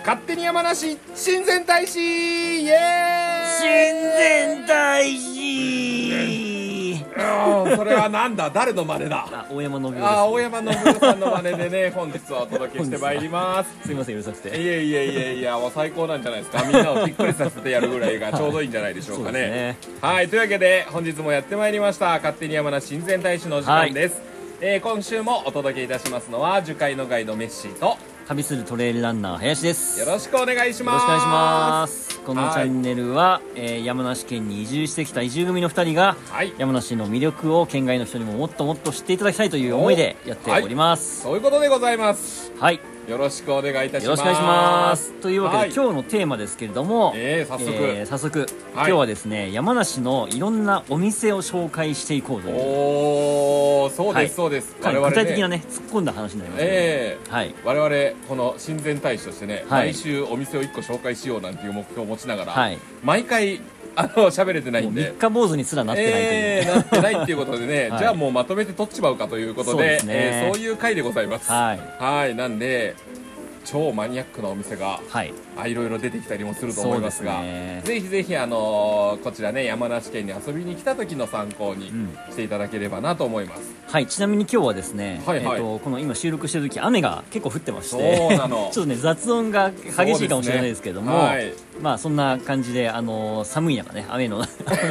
勝手に山梨親善大使イエーイ。 親善大使それはなんだ、誰の真似だ。 大山信代です。 大山信代さんの真似でね本日はお届けしてまいります。 すいません、うるさくて。 いやいやいやいや、もう最高なんじゃないですか。みんなをびっくりさせてやるぐらいがちょうどいいんじゃないでしょうかね。はい、というわけで本日もやってまいりました勝手に山梨親善大使のお時間です。今週もお届けいたしますのは樹海のガイドメッシーと旅するトレイルランナー林です。 よろしくお願いします。 よろしくお願いします。このチャンネルは、山梨県に移住してきた移住組の2人が、山梨の魅力を県外の人にももっともっと知っていただきたいという思いでやっております。 そういうことでございます。 はい、 よろしくお願いいたします。 よろしくお願いします。というわけで、今日のテーマですけれども、早速、今日はですね、山梨のいろんなお店を紹介していこうという。 おー、そうです、そうです。 具体的なね、突っ込んだ話になりますね。 我々この親善大使としてね、毎週お店を1個紹介しようなんていう目標を持ちながら、毎回喋れてないんで、 三日坊主にすらなってないという、 なってないっていうことでね、じゃあもうまとめて取っちまうかということで、そういう回でございます。はい、なんで超マニアックなお店がいろいろ出てきたりもすると思いますが、ぜひぜひこちらね、山梨県に遊びに来た時の参考にしていただければなと思います。 はい、ちなみに今日はですね、この今収録してる時雨が結構降ってまして、 そうなのちょっとね雑音が激しいかもしれないですけれども、まあそんな感じで寒い中ね、雨の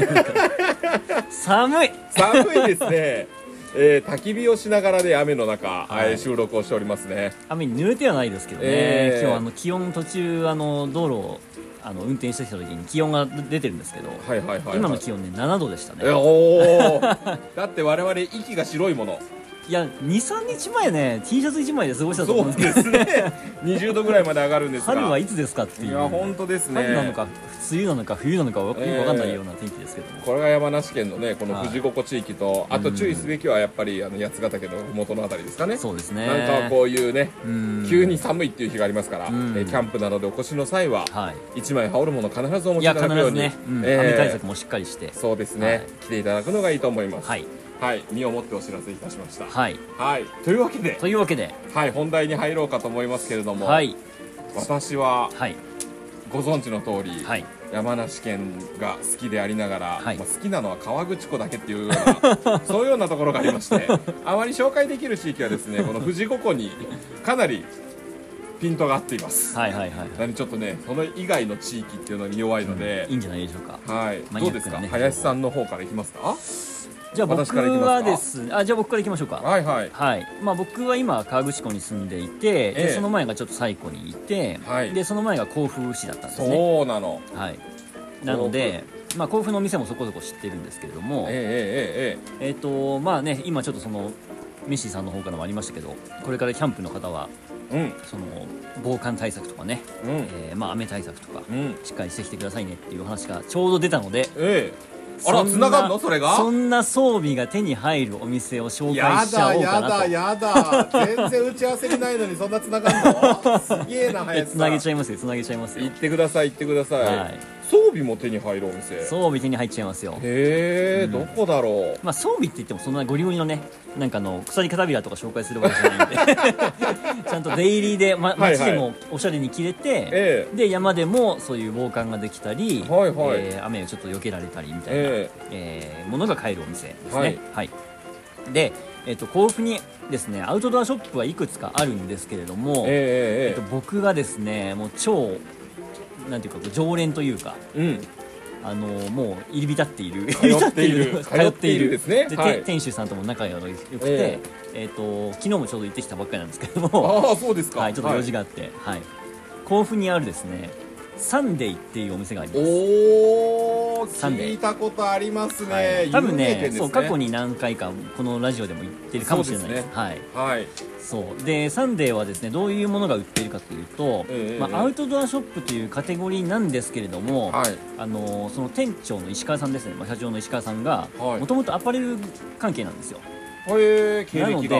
寒いですね。焚き火をしながらで雨の中、収録をしておりますね。 雨に濡れてはないですけどね、今日気温途中道路を運転してきた時に気温が出てるんですけど、今の気温ね7度でしたね。 だって我々息が白いもの。 いや、23日前ね T シャツ1枚で過ごしたと思うんですけど、 そうですね20度ぐらいまで上がるんですが、 春はいつですかっていう。 いや本当ですね。 春なのか梅雨なのか冬なのかよく分かんないような天気ですけども、 これが山梨県のねこの富士五湖地域と、あと注意すべきはやっぱり八ヶ岳の麓のあたりですかね。 そうですね。 なんかこういうね急に寒いっていう日がありますから、キャンプなどでお越しの際は1枚羽織るもの必ずお持ちいただくように、 雨対策もしっかりして、 そうですね、来ていただくのがいいと思います。はい、身をもってお知らせいたしました。というわけで、本題に入ろうかと思いますけれども、私はご存知の通り、山梨県が好きでありながら、好きなのは河口湖だけっていうようなそういうようなところがありまして、あまり紹介できる地域はですね、この富士五湖にかなりピントが合っています。なんでちょっとね、その以外の地域っていうのに弱いので、 いいんじゃないでしょうか。 どうですか、林さんの方からいきますか。 じゃあ僕はですね、じゃあ僕からいきましょうか。まあ僕は今河口湖に住んでいて、でその前がちょっと西湖にいて、でその前が甲府市だったんですね。 そうなの。 なので、まあ甲府のお店もそこそこ知ってるんですけれども、まあね、今ちょっとそのメッシーさんの方からもありましたけど、これからキャンプの方はその防寒対策とかね、まあ雨対策とかしっかりしてきてくださいねっていう話がちょうど出たので、 あら、繋がんのそれが。 そんな装備が手に入るお店を紹介しちゃおうかなと。 やだ全然打ち合わせにないのにそんな繋がんのすげえな。林さん、 繋げちゃいますよ。 言ってください。装備も手に入るお店。 装備手に入っちゃいますよ。 へえ、どこだろう。 まあ装備って言ってもそんなゴリゴリのね、なんか鎖片びらとか紹介するわけじゃないんでちゃんとデイリーで街でもおしゃれに着れて、で山でもそういう防寒ができたり、雨をちょっと避けられたりみたいなものが買えるお店ですね。で甲府にですね、アウトドアショップはいくつかあるんですけれども、僕がですね、もう超なんていうか常連というか、もう入り浸っている通っているですね。店主さんとも仲良くて、昨日もちょうど行ってきたばっかりなんですけども、 そうですか。 ちょっと用事があって、甲府にあるですね、サンデイっていうお店があります。 聞いたことありますね。 多分ね、過去に何回かこのラジオでも言ってるかもしれないです。そうで、サンデーはですね、どういうものが売っているかというと、アウトドアショップというカテゴリーなんですけれども、その店長の石川さんですね、社長の石川さんがもともとアパレル関係なんですよ。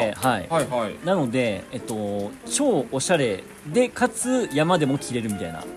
なので超おしゃれでかつ山でも着れるみたいな、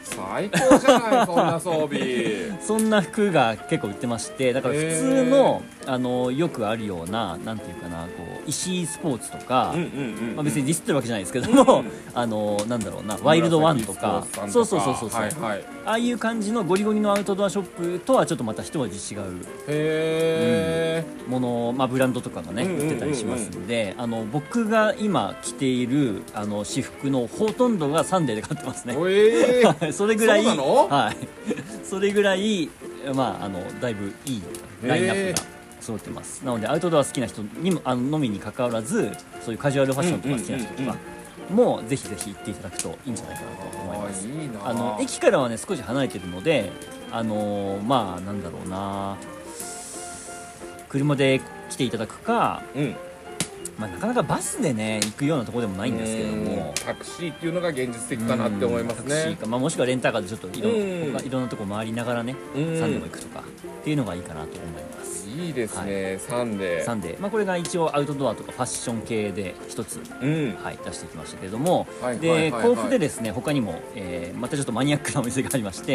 最高じゃないそんな装備そんな服が結構売ってまして、だから普通の、よくあるようななんていうかな、こう石スポーツとか、別にディスってるわけじゃないですけども、なんだろうな、ワイルドワンとか、そう、ああいう感じのゴリゴリのアウトドアショップとはちょっとまた一味違うもの、ブランドとかがね売ってたりしますので、僕が今着ている私服のほとんどがサンデーで買ってますね。それぐらい、それぐらい、だいぶいいラインナップが揃ってます。なのでアウトドア好きな人にものみにかかわらず、そういうカジュアルファッションとか好きな人とかもぜひぜひ行っていただくといいんじゃないかなと思います。駅からはね少し離れてるので、なんだろうな、車で来ていただくか、なかなかバスでね行くようなところでもないんですけども、 タクシーっていうのが現実的かなって思いますね。タクシーか、 もしくはレンタカーでちょっといろんなとこ回りながらね、サンデーも行くとかっていうのがいいかなと思います。 いいですね、サンデー、これが一応アウトドアとかファッション系で一つ、出してきましたけれども、で甲府でですね他にも、またちょっとマニアックなお店がありまして、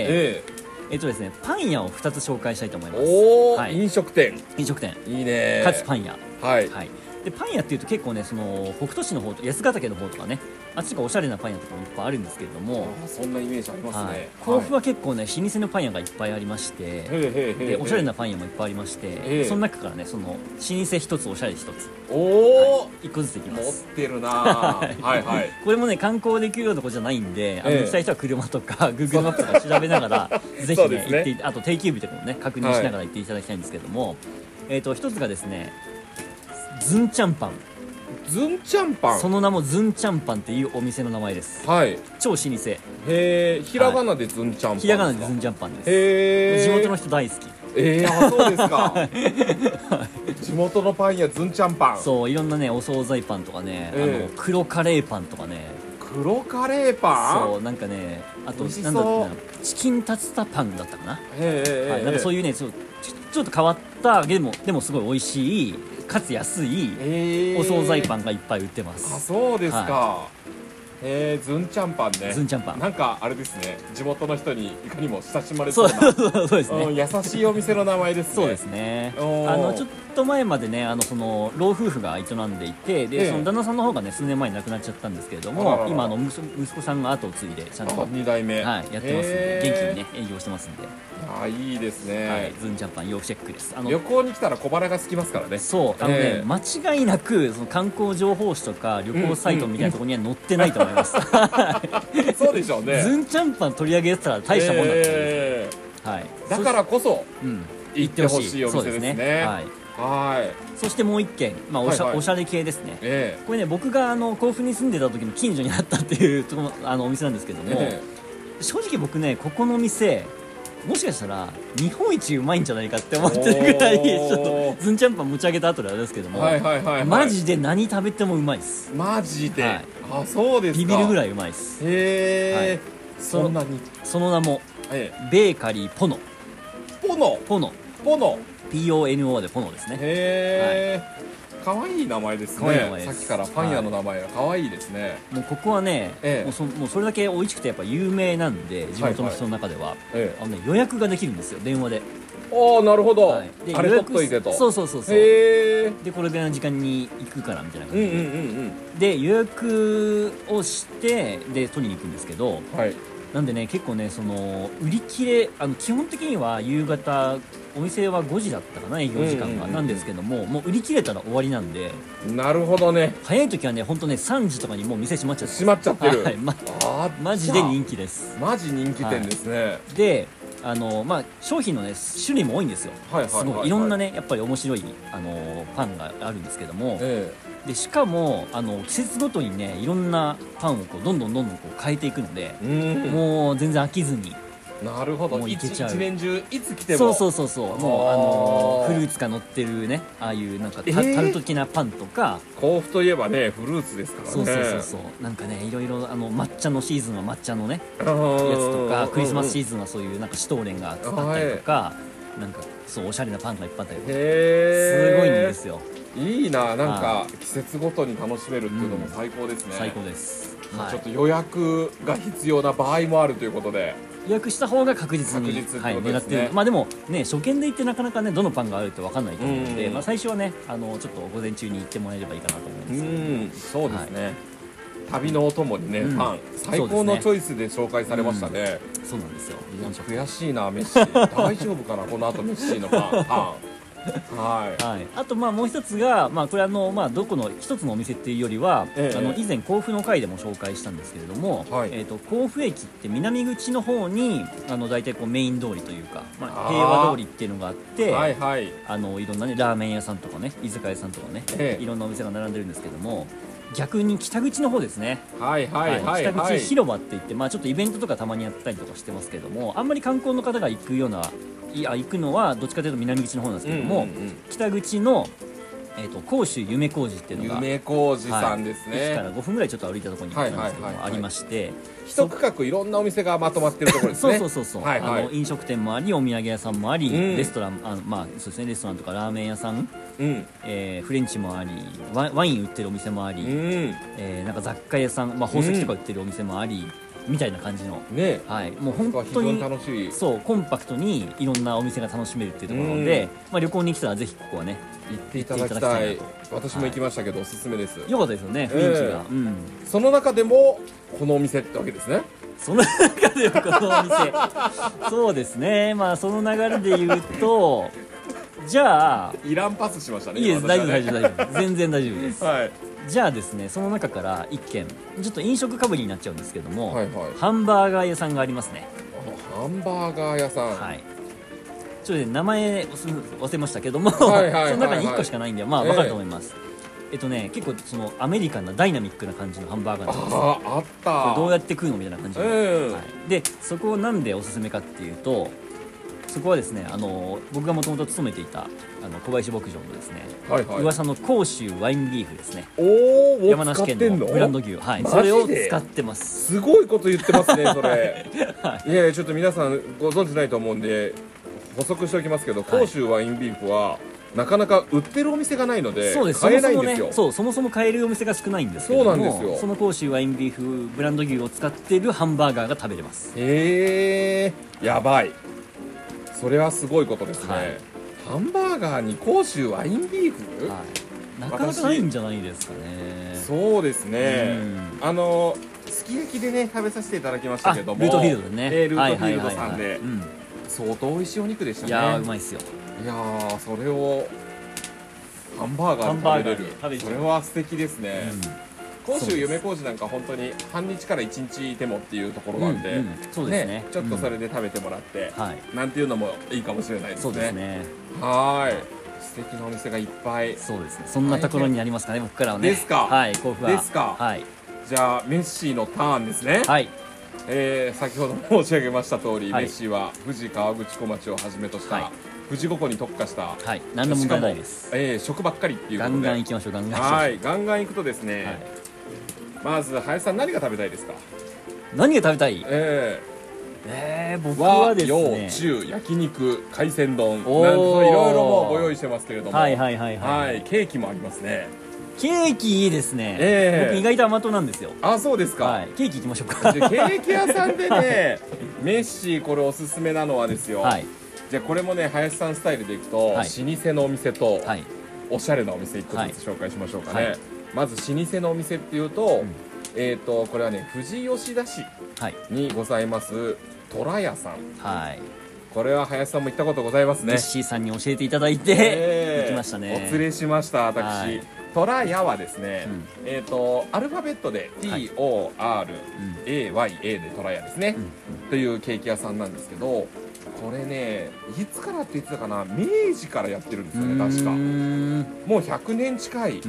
ですね、パン屋を2つ紹介したいと思います。 飲食店いいね、かつパン屋、でパン屋っていうと結構ね、その北斗市の方と八ヶ岳の方とかね、あっちがおしゃれなパン屋とかもいっぱいあるんですけれども、 そんなイメージありますね。 甲府は結構ね老舗のパン屋がいっぱいありまして、でおしゃれなパン屋もいっぱいありまして、その中からねその老舗一つおしゃれ一つ、一個ずついきます。 持ってるなこれもね観光できるようなとこじゃないんで、行きたい人は車とか Google マップとか調べながらぜひね行って、あと定休日とかもね確認しながら行っていただきたいんですけども、一つがですねズンチャンパン。その名もズンチャンパンっていうお店の名前です。超老舗。 ひらがなでズンチャンパン。 ひらがなでズンチャンパンです。地元の人大好き。 そうですか。地元のパン屋ズンチャンパン。 そう、いろんなねお惣菜パンとかね、黒カレーパンとかね。 黒カレーパン。 そう、なんかね、あとなんだっけな、チキンタツタパンだったかな。なんかそういうねちょっと変わったでもすごい美味しいかつ安いお惣菜パンがいっぱい売ってます。 そうですか。ズンチャンパンね。 ズンチャンパン、 なんかあれですね、地元の人にいかにも親しまれそうな、 そうですね、 優しいお店の名前ですね。 そうですね。ちょっと前までねその老夫婦が営んでいて、でその旦那さんの方がね数年前に亡くなっちゃったんですけれども、今息子さんが後を継いでちゃんと 2代目やってますんで、元気にね営業してますんで。 いいですね。 ズンチャンパン要チェックです。 旅行に来たら小腹が空きますからね。 そう間違いなくその観光情報誌とか旅行サイトみたいなところには載ってないと思います。 そうでしょうね。 ズンチャンパン取り上げてたら大したもんだったんです。 だからこそ行ってほしいお店ですね。そしてもう一軒、おしゃれ系ですね。これね僕が甲府に住んでた時の近所にあったっていうお店なんですけども、正直僕ねここの店もしかしたら日本一うまいんじゃないかって思ってるぐらい、ちょっとズンチャンパン持ち上げた後であれですけども、マジで何食べてもうまいです。マジで、そうですか。 ビビるぐらいうまいです。 そんなに。 その名もベーカリーポノ。PONO でポノですね。 可愛い名前ですね。さっきからパン屋の名前が可愛いですね。 もうここはね、もうそれだけ美味しくてやっぱ有名なんで、地元の人の中では予約ができるんですよ、電話で。 なるほど。あれ取っといてと。 そうでこれぐらいの時間に行くからみたいな感じで予約をしてで取りに行くんですけど、なんでね結構ねその売り切れ基本的には夕方お店は5時だったかな、営業時間がなんですけども、もう売り切れたら終わりなんで。 なるほどね。 早い時はね本当ね3時とかにもう店閉まっちゃってる。マジで人気です。 マジ人気店ですね。 で商品のね種類も多いんですよ。すごいいろんなねやっぱり面白いパンがあるんですけども、でしかも季節ごとにねいろんなパンをこうどんどんこう変えていくので、もう全然飽きずに。 なるほど。一年中いつ来ても。 そうもうフルーツが乗ってるね、ああいうなんかタルト的なパンとか。 甲府といえばねフルーツですからね。 そうなんかねいろいろ抹茶のシーズンは抹茶のねやつとか、クリスマスシーズンはそういうなんかシュトーレンがあったりとか、なんかそうおしゃれなパンがいっぱいあったりとか、すごいんですよ。 いいいな、なんか季節ごとに楽しめるっていうのも最高ですね。 最高です。 ちょっと予約が必要な場合もあるということで、 予約した方が確実に狙ってる。まあでもね、初見で行ってなかなかね、どのパンがあるって分かんないと思うので、まあ最初はね、ちょっと午前中に行ってもらえればいいかなと思うんですけど。 そうですね。旅のお供にね、パン最高のチョイスで紹介されましたね。 そうなんですよ。 悔しいな、メッシー。大丈夫かな、この後メッシーのパン。はい、 あともう一つが、これどこの一つのお店っていうよりは、以前甲府の回でも紹介したんですけれども、甲府駅って南口の方に大体メイン通りというか、平和通りっていうのがあって、いろんなねラーメン屋さんとかね居酒屋さんとかね、いろんなお店が並んでるんですけども、逆に北口の方ですね。北口広場って言って、ちょっとイベントとかたまにやったりとかしてますけども、あんまり観光の方が行くような行くのはどっちかというと南口の方なんですけども、北口の甲州夢小路っていうのが夢小路さんですね。 駅から5分ぐらいちょっと歩いたところにあるんですけども、ありまして、 一区画いろんなお店がまとまってるところですね。 そう飲食店もあり、お土産屋さんもあり、レストランそうですね、レストランとかラーメン屋さん、フレンチもあり、ワイン売ってるお店もあり、なんか雑貨屋さん、宝石とか売ってるお店もありみたいな感じの、もう本当にコンパクトにいろんなお店が楽しめるっていうところなので、旅行に来たらぜひここはね行っていただきたい。私も行きましたけどおすすめです。 よかったですよね、雰囲気が。 その中でもこのお店ってわけですね。 その中でもこのお店そうですね。その流れで言うとじゃあイランパスしましたね。 いいです、大丈夫全然大丈夫です。じゃあですね、その中から一軒ちょっと飲食かぶりになっちゃうんですけども、ハンバーガー屋さんがありますね。 ハンバーガー屋さん、 ちょっと名前忘れましたけども、その中に1個しかないんで分かると思います。結構そのアメリカンなダイナミックな感じのハンバーガーなんです。 あった。 どうやって食うのみたいな感じの、でそこをなんでおすすめかっていうと、そこはですね、僕がもともと勤めていた小林牧場のですね、噂の甲州ワインビーフですね。山梨県のブランド牛、それを使ってます。 すごいこと言ってますね、それ。いやちょっと皆さんご存知ないと思うんで補足しておきますけど、甲州ワインビーフはなかなか売ってるお店がないので買えないんですよ。 そもそも買えるお店が少ないんですけども、その甲州ワインビーフブランド牛を使っているハンバーガーが食べれます。 やばい。それはすごいことですね。ハンバーガーに甲州ワインビーフ、 なかなかないんじゃないですかね。 そうですね。すき焼きでね食べさせていただきましたけども、 ルートフィールドでね、 ルートフィールドさんで相当美味しいお肉でしたね。 いやうまいっすよ。 いやそれをハンバーガーで食べれる、それは素敵ですね。甲州夢小路なんか本当に半日から1日いてもっていうところなんで、ちょっとそれで食べてもらってなんていうのもいいかもしれないですね。 そうですね。 素敵なお店がいっぱい。 そうですね。そんなところにありますかね、僕からはね。 ですか。 甲府はですか。じゃあメッシーのターンですね。先ほど申し上げました通り、メッシーは富士河口湖町をはじめとした富士五湖に特化した、 何の問題ないです。 食ばっかりっていうことでガンガン行きましょう。ガンガン行くとですね、まず林さん何が食べたいですか？ 何が食べたい？僕はですね、 和洋中焼肉海鮮丼、いろいろもご用意してますけれども、ケーキもありますね。 ケーキいいですね。僕意外と甘党なんですよ。 そうですか。 ケーキ行きましょうか。 ケーキ屋さんでねメッシーこれおすすめなのはですよ、じゃあこれもね林さんスタイルでいくと、老舗のお店とおしゃれなお店1個ずつ紹介しましょうかね。まず老舗のお店っていうと、これはね富士吉田市にございます虎屋さん。これは林さんも行ったことございますね。 メッシーさんに教えていただいて行きましたね。 お連れしました私。虎屋はですね、アルファベットで TORAYA で虎屋ですね、というケーキ屋さんなんですけど、これねいつからって言ってたかな、明治からやってるんですよね確か。もう100年近い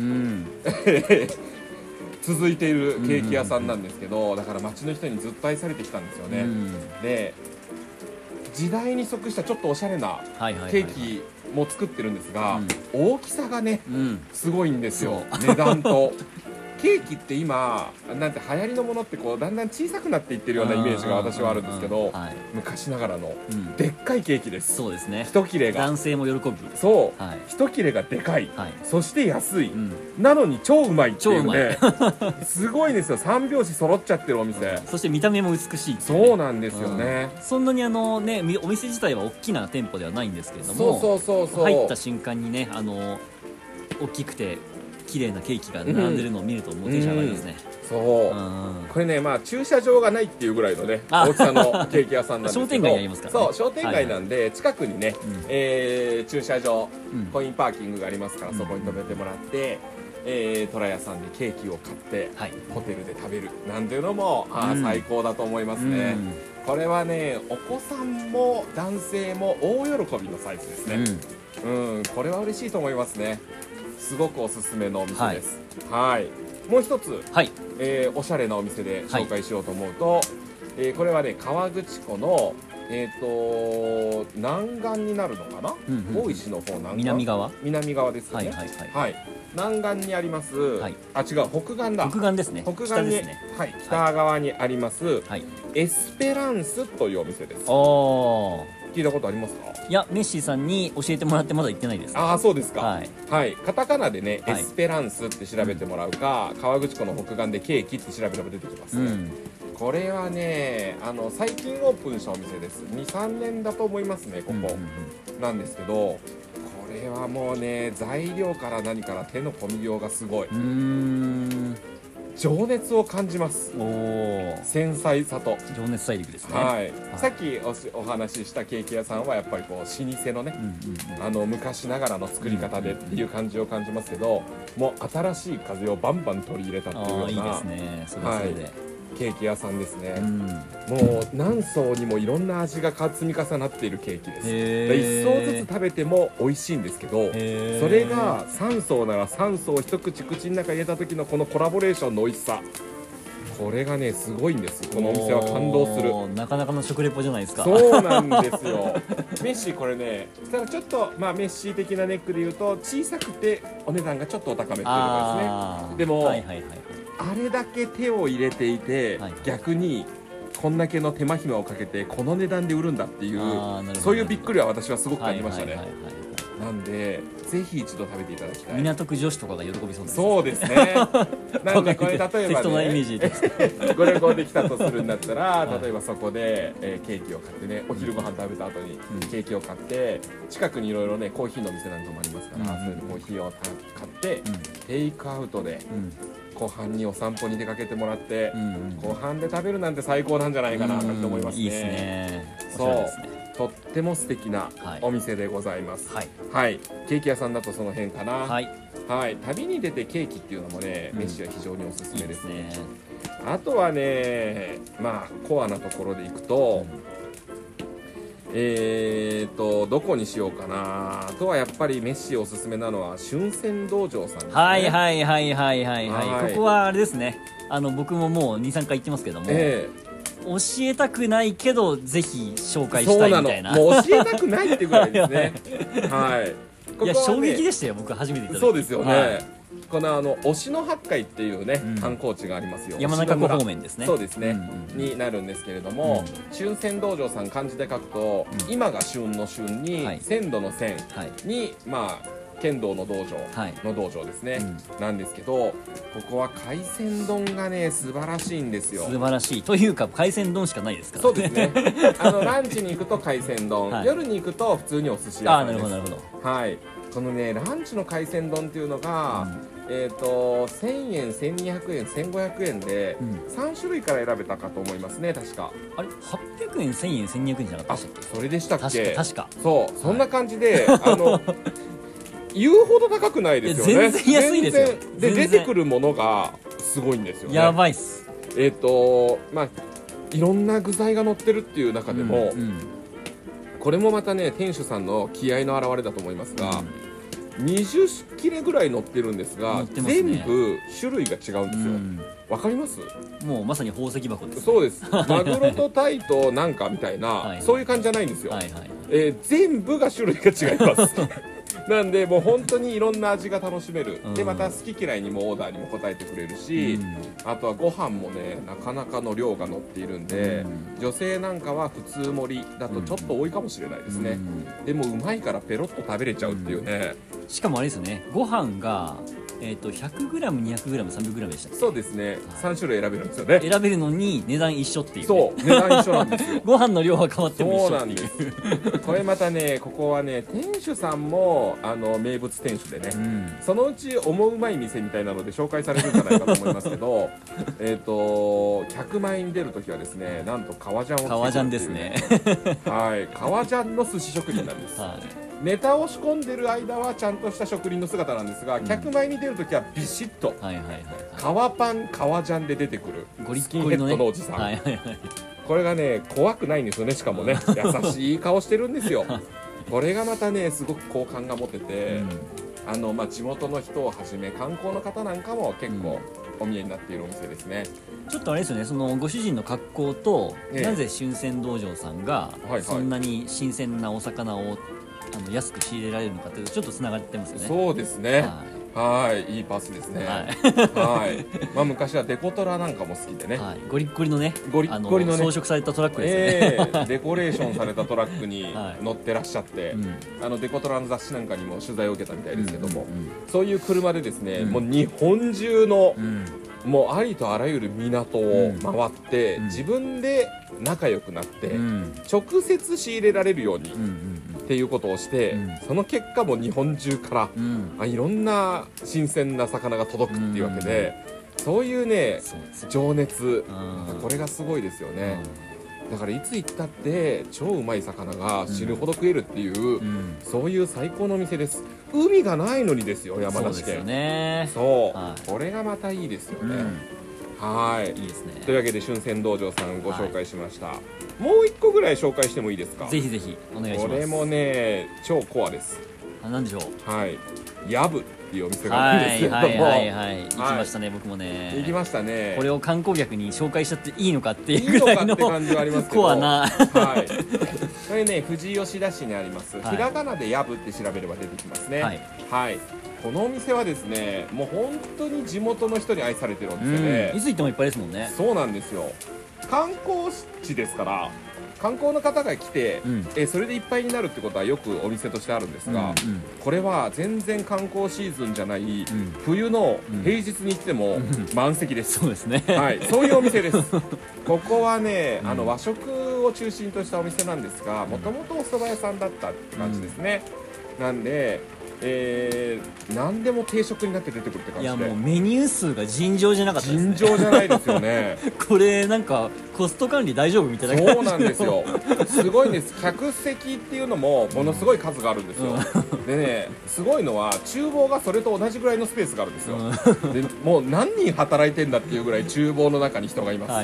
続いているケーキ屋さんなんですけど、だから街の人にずっと愛されてきたんですよね。で時代に即したちょっとおしゃれなケーキも作ってるんですが、大きさがねすごいんですよ。値段とケーキって今なんて流行りのものってこうだんだん小さくなっていってるようなイメージが私はあるんですけど、昔ながらのでっかいケーキです。 そうですね。 一切れが男性も喜ぶ。 そう、一切れがでかい、そして安い、なのに超うまいっていうねすごいですよ。三拍子揃っちゃってるお店、 そして見た目も美しい。 そうなんですよね。 そんなにねお店自体は大きな店舗ではないんですけれども、 そう入った瞬間にね大きくて綺麗なケーキが並んでるのを見るともうテンション上がりますね。 そう、これね、まあ駐車場がないっていうぐらいのね大きさのケーキ屋さんなんですけど、 商店街にありますからね。 そう、商店街なんで近くにね駐車場コインパーキングがありますから、そこに止めてもらって虎屋さんでケーキを買ってホテルで食べるなんていうのも最高だと思いますね。これはね、お子さんも男性も大喜びのサイズですね。これは嬉しいと思いますね。すごくおすすめのお店です。はい。もう一つ、おしゃれなお店で紹介しようと思うと、これはね、河口湖の南岸になるのかな、大石の方、南側ですね。はい、南岸にあります、あ、違う、北岸だ。 北岸ですね。 北岸に、北側にあります、エスペランスというお店です。聞いたことありますか？ いや、メッシーさんに教えてもらってまだ行ってないです。 ああ、そうですか。はい、カタカナでね、エスペランスって調べてもらうか、河口湖の北岸でケーキって調べれば出てきますね。これはね、最近オープンしたお店です。2、3年だと思いますね、ここなんですけど、これはもうね、材料から何から手の込みようがすごい。情熱を感じます。繊細さと情熱大陸ですね。 さっきお話ししたケーキ屋さんはやっぱりこう老舗のね、昔ながらの作り方でっていう感じを感じますけど、もう新しい風をバンバン取り入れたっていうような、いいですね。それはそれでケーキ屋さんですね。もう何層にもいろんな味が積み重なっているケーキです。1層ずつ食べても美味しいんですけど、それが3層なら3層一口口の中に入れた時のこのコラボレーションの美味しさ、これがねすごいんです。このお店は感動する。 なかなかの食レポじゃないですか。 そうなんですよメッシーこれね、ただちょっとメッシー的なネックで言うと小さくてお値段がちょっとお高めっていうのがですね。でもあれだけ手を入れていて、逆にこんだけの手間暇をかけてこの値段で売るんだっていう、そういうびっくりは私はすごく感じましたね。なんでぜひ一度食べていただきたい。 港区女子とかが喜びそうです。 そうですねなんでこれ例えばねご旅行できたとするんだったら、例えばそこでケーキを買ってね、お昼ご飯食べた後にケーキを買って、近くにいろいろねコーヒーの店なんかもありますから、それでコーヒーを買ってテイクアウトで後半にお散歩に出かけてもらって、後半で食べるなんて最高なんじゃないかなと思いますね。いいですね。そう、とっても素敵なお店でございます。はい、ケーキ屋さんだとその辺かな。はい、旅に出てケーキっていうのもね、メッシは非常におすすめですね。あとはね、コアなところでいくと、どこにしようかな。あとはやっぱりメッシおすすめなのは春泉道場さんですね。ここはあれですね。僕ももう2、3回行ってますけども、教えたくないけどぜひ紹介したいみたいな。 もう教えたくないってぐらいですねいや衝撃でしたよ、僕初めて行った時。 そうですよね。この忍野八海っていうね観光地がありますよ。 山中湖方面ですね。 そうですねになるんですけれども、春泉道場さん漢字で書くと、今が旬の旬に鮮度の鮮に剣道の道場の道場ですね、なんですけど、ここは海鮮丼がね素晴らしいんですよ。 素晴らしいというか海鮮丼しかないですからね。 そうですねランチに行くと海鮮丼、夜に行くと普通にお寿司屋さんです。 なるほど。 このねランチの海鮮丼っていうのが、1000円、1200円、1500円で3種類から選べたかと思いますね、確か。 あれ800円、1000円、1200円じゃなかったっけ？ それでしたっけ？ 確かそう、そんな感じで言うほど高くないですよね。 全然安いですよ。 で出てくるものがすごいんですよね。 やばいっす。 いろんな具材が乗ってるっていう中でも、これもまたね店主さんの気合の表れだと思いますが、20切れぐらい乗ってるんですが、全部種類が違うんですよ。わかります？ もうまさに宝石箱です。 そうです。マグロとタイとなんかみたいなそういう感じじゃないんですよ。全部が種類が違いますなんでもう本当にいろんな味が楽しめる、でまた好き嫌いにもオーダーにも応えてくれるし、あとはご飯もねなかなかの量が乗っているんで、女性なんかは普通盛りだとちょっと多いかもしれないですね、でもうまいからペロッと食べれちゃうっていうね、 しかもあれですよね、ご飯が100g、200g、300g でした。 そうですね、3種類選べるんですよね。 選べるのに値段一緒っていう、 そう値段一緒なんですよご飯の量は変わっても一緒っていう。 そうなんですこれまたね、ここはね店主さんも名物店主でね、そのうち思うまい店みたいなので紹介されるんじゃないかと思いますけど100万円に出るときはですね、なんと革ジャンを着てるっていう、 革ジャンですねはい、革ジャンの寿司職人なんです、ネタを仕込んでる間はちゃんとした職人の姿なんですが、客前に出るときはビシッと革パン革ジャンで出てくるスキンヘッドのおじさん、これがね怖くないんですよね。しかもね優しい顔してるんですよこれがまたねすごく好感が持てて、地元の人をはじめ観光の方なんかも結構お見えになっているお店ですね。 ちょっとあれですよね、そのご主人の格好と、なぜ春鮮道場さんがそんなに新鮮なお魚を安く仕入れられるのかというとちょっとつながってますよね。 そうですね、いいパスですね。はい。昔はデコトラなんかも好きでね。 ゴリッゴリのね、 ゴリッゴリのね、 装飾されたトラックですね。 デコレーションされたトラックに乗ってらっしゃって、デコトラの雑誌なんかにも取材を受けたみたいですけども、そういう車でですね、もう日本中のもうありとあらゆる港を回って自分で仲良くなって直接仕入れられるようにっていうことをして、その結果も日本中からいろんな新鮮な魚が届くっていうわけで、そういうね情熱、これがすごいですよね。だからいつ行ったって超うまい魚が死ぬほど食えるっていう、そういう最高のお店です。海がないのにですよ、山梨県。そう、これがまたいいですよね。はい、いいですね。というわけで春鮮道場さんご紹介しました。もう一個ぐらい紹介してもいいですか。 ぜひぜひお願いします。 これもね超コアです。 なんでしょう。 はい、ヤブっていうお店があるんですけども、 行きましたね、僕もね。 行きましたね。 これを観光客に紹介しちゃっていいのかっていうぐらいの感じはありますけど、 コアな。 はい。これね富士吉田市にあります。ひらがなでヤブって調べれば出てきますね。はい。このお店はですね、もう本当に地元の人に愛されてるお店で、 いつ行ってもいっぱいですもんね。 そうなんですよ。観光地ですから。観光の方が来て、それでいっぱいになるってことはよくお店としてあるんですが、これは全然観光シーズンじゃない、冬の平日に行っても満席です。 そうですね。 はい、そういうお店です。ここはね、和食を中心としたお店なんですが、もともとお蕎麦屋さんだったって感じですね。なんで何でも定食になって出てくるって感じで、いやもうメニュー数が尋常じゃなかったですね。 尋常じゃないですよねこれなんかコスト管理大丈夫みたいな感じ。 そうなんですよすごいんです。客席っていうのもものすごい数があるんですよ、でねすごいのは厨房がそれと同じぐらいのスペースがあるんですよ、でもう何人働いてんだっていうぐらい厨房の中に人がいます。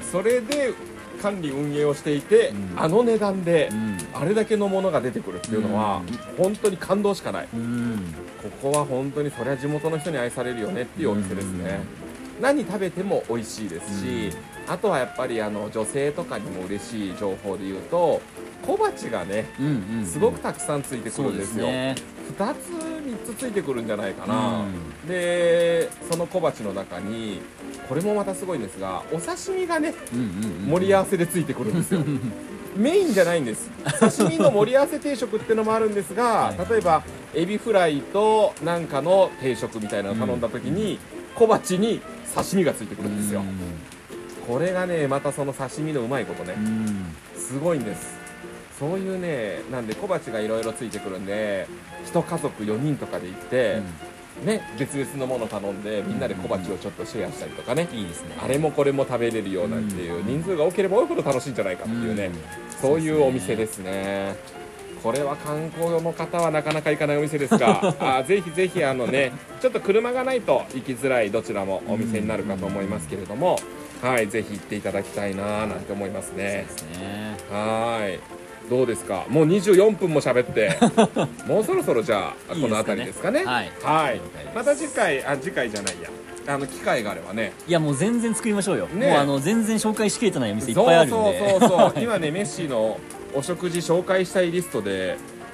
それで管理運営をしていて、あの値段であれだけのものが出てくるっていうのは本当に感動しかない。ここは本当にそれは地元の人に愛されるよねっていうお店ですね。何食べても美味しいですし、あとはやっぱり女性とかにも嬉しい情報で言うと小鉢がねすごくたくさんついてくるんですよ。2つ3つついてくるんじゃないかな。でその小鉢の中にこれもまたすごいんですが、お刺身がね盛り合わせでついてくるんですよメインじゃないんです。刺身の盛り合わせ定食っていうのもあるんですが、例えばエビフライとなんかの定食みたいなのを頼んだ時に小鉢に刺身がついてくるんですよ。これがねまたその刺身のうまいことねすごいんです。そういうね、なんで小鉢がいろいろついてくるんで、一家族4人とかで行ってね、別々のもの頼んでみんなで小鉢をちょっとシェアしたりとかね、あれもこれも食べれるようなっていう、人数が多ければ多いほど楽しいんじゃないかっていうね、そういうお店ですね。これは観光の方はなかなか行かないお店ですがぜひぜひちょっと車がないと行きづらいどちらもお店になるかと思いますけれども、はい、ぜひ行っていただきたいななんて思いますね。はい、どうですか。もう24分も喋ってもうそろそろじゃあこの辺りですかね。はい、また次回じゃないや、機会があればね。いやもう全然作りましょうよ、もう全然紹介しきれてないお店いっぱいあるんで。そう今ねメッシのお食事紹介したいリストで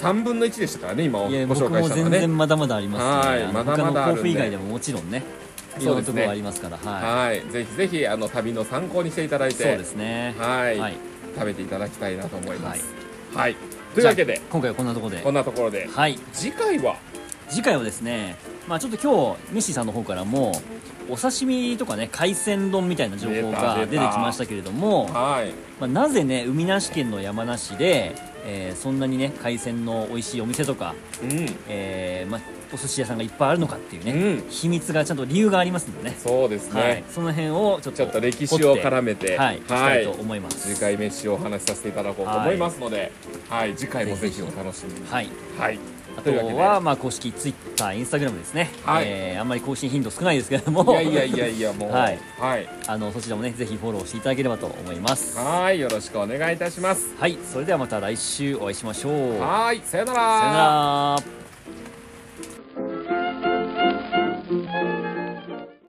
3分の1でしたからね、今ご紹介したのはね。 僕も全然まだまだありますね。 まだまだあるんで、 甲府以外でももちろんね、いろんなところがありますから、 はい、ぜひぜひ旅の参考にしていただいて、 そうですね、 はい、食べていただきたいなと思います。はい、というわけで今回はこんなところで、 はい、次回はですね、ちょっと今日ミッシーさんの方からもお刺身とかね、海鮮丼みたいな情報が出てきましたけれども、なぜね海なし県の山梨で、そんなにね海鮮の美味しいお店とか、お寿司屋さんがいっぱいあるのかっていうね、秘密がちゃんと理由がありますのでね。 そうですね、 その辺をちょっと歴史を絡めて聞きたいと思います。 次回飯をお話しさせていただこうと思いますので、次回もぜひお楽しみに。 あとは公式ツイッター、インスタグラムですね。あんまり更新頻度少ないですけれども、 いやもうそちらもねぜひフォローしていただければと思います。 よろしくお願いいたします。 それではまた来週お会いしましょう。 さよなら。 さよなら。